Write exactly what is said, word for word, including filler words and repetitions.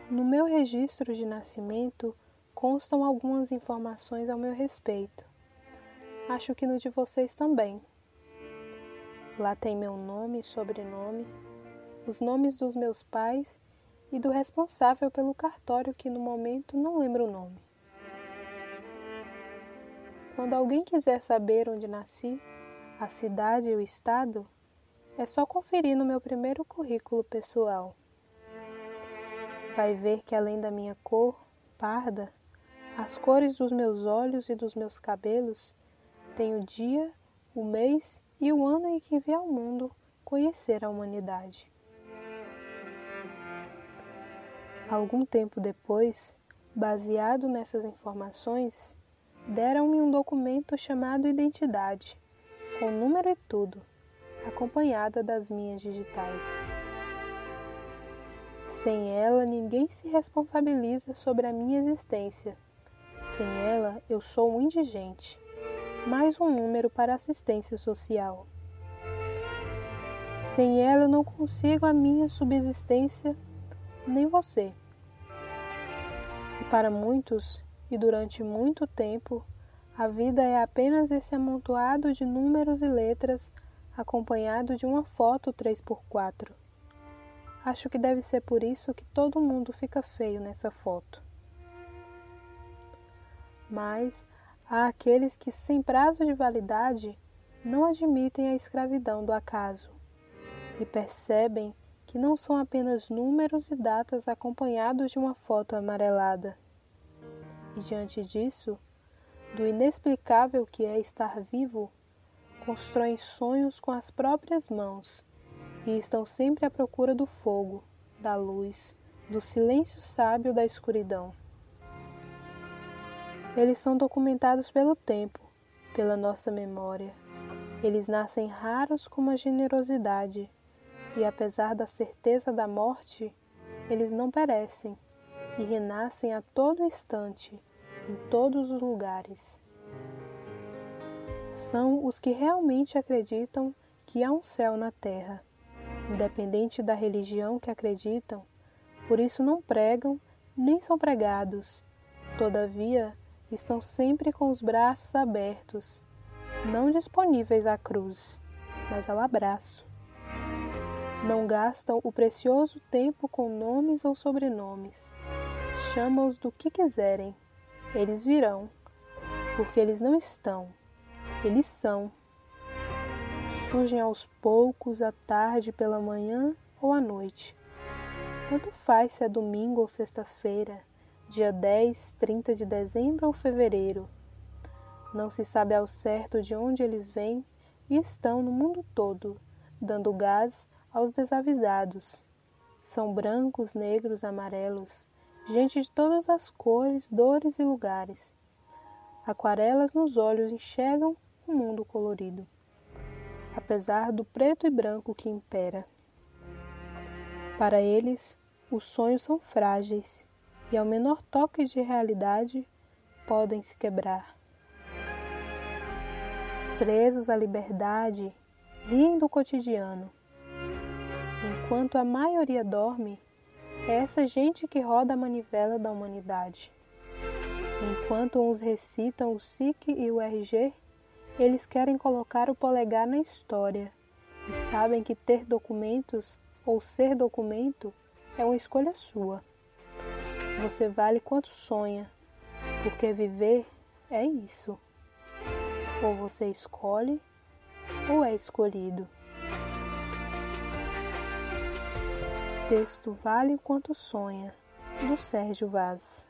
No meu registro de nascimento constam algumas informações ao meu respeito. Acho que no de vocês também. Lá tem meu nome e sobrenome, os nomes dos meus pais e do responsável pelo cartório que no momento não lembro o nome. Quando alguém quiser saber onde nasci, a cidade e o estado, é só conferir no meu primeiro currículo pessoal. Vai ver que além da minha cor, parda, as cores dos meus olhos e dos meus cabelos, tem o dia, o mês e o ano em que vi ao mundo conhecer a humanidade. Algum tempo depois, baseado nessas informações, deram-me um documento chamado Identidade, com número e tudo, acompanhada das minhas digitais. Sem ela, ninguém se responsabiliza sobre a minha existência. Sem ela, eu sou um indigente, mais um número para assistência social. Sem ela, eu não consigo a minha subsistência, nem você. E para muitos, e durante muito tempo, a vida é apenas esse amontoado de números e letras acompanhado de uma foto três por quatro. Acho que deve ser por isso que todo mundo fica feio nessa foto. Mas há aqueles que, sem prazo de validade, não admitem a escravidão do acaso e percebem que não são apenas números e datas acompanhados de uma foto amarelada. E diante disso, do inexplicável que é estar vivo, constroem sonhos com as próprias mãos e estão sempre à procura do fogo, da luz, do silêncio sábio da escuridão. Eles são documentados pelo tempo, pela nossa memória. Eles nascem raros como a generosidade, e apesar da certeza da morte, eles não perecem e renascem a todo instante, em todos os lugares. São os que realmente acreditam que há um céu na terra, independente da religião que acreditam, por isso não pregam nem são pregados. Todavia, estão sempre com os braços abertos, não disponíveis à cruz, mas ao abraço. Não gastam o precioso tempo com nomes ou sobrenomes. Chama-os do que quiserem. Eles virão, porque eles não estão, eles são. Surgem aos poucos, à tarde, pela manhã ou à noite. Tanto faz se é domingo ou sexta-feira, dia dez, trinta de dezembro ou fevereiro. Não se sabe ao certo de onde eles vêm e estão no mundo todo, dando gás aos desavisados. São brancos, negros, amarelos, gente de todas as cores, dores e lugares. Aquarelas nos olhos enxergam um mundo colorido, apesar do preto e branco que impera. Para eles, os sonhos são frágeis e ao menor toque de realidade podem se quebrar. Presos à liberdade, riem do cotidiano. Enquanto a maioria dorme, é essa gente que roda a manivela da humanidade. Enquanto uns recitam o S I C e o R G, eles querem colocar o polegar na história e sabem que ter documentos ou ser documento é uma escolha sua. Você vale quanto sonha, porque viver é isso. Ou você escolhe, ou é escolhido. Texto Vale Quanto Sonha, do Sérgio Vaz.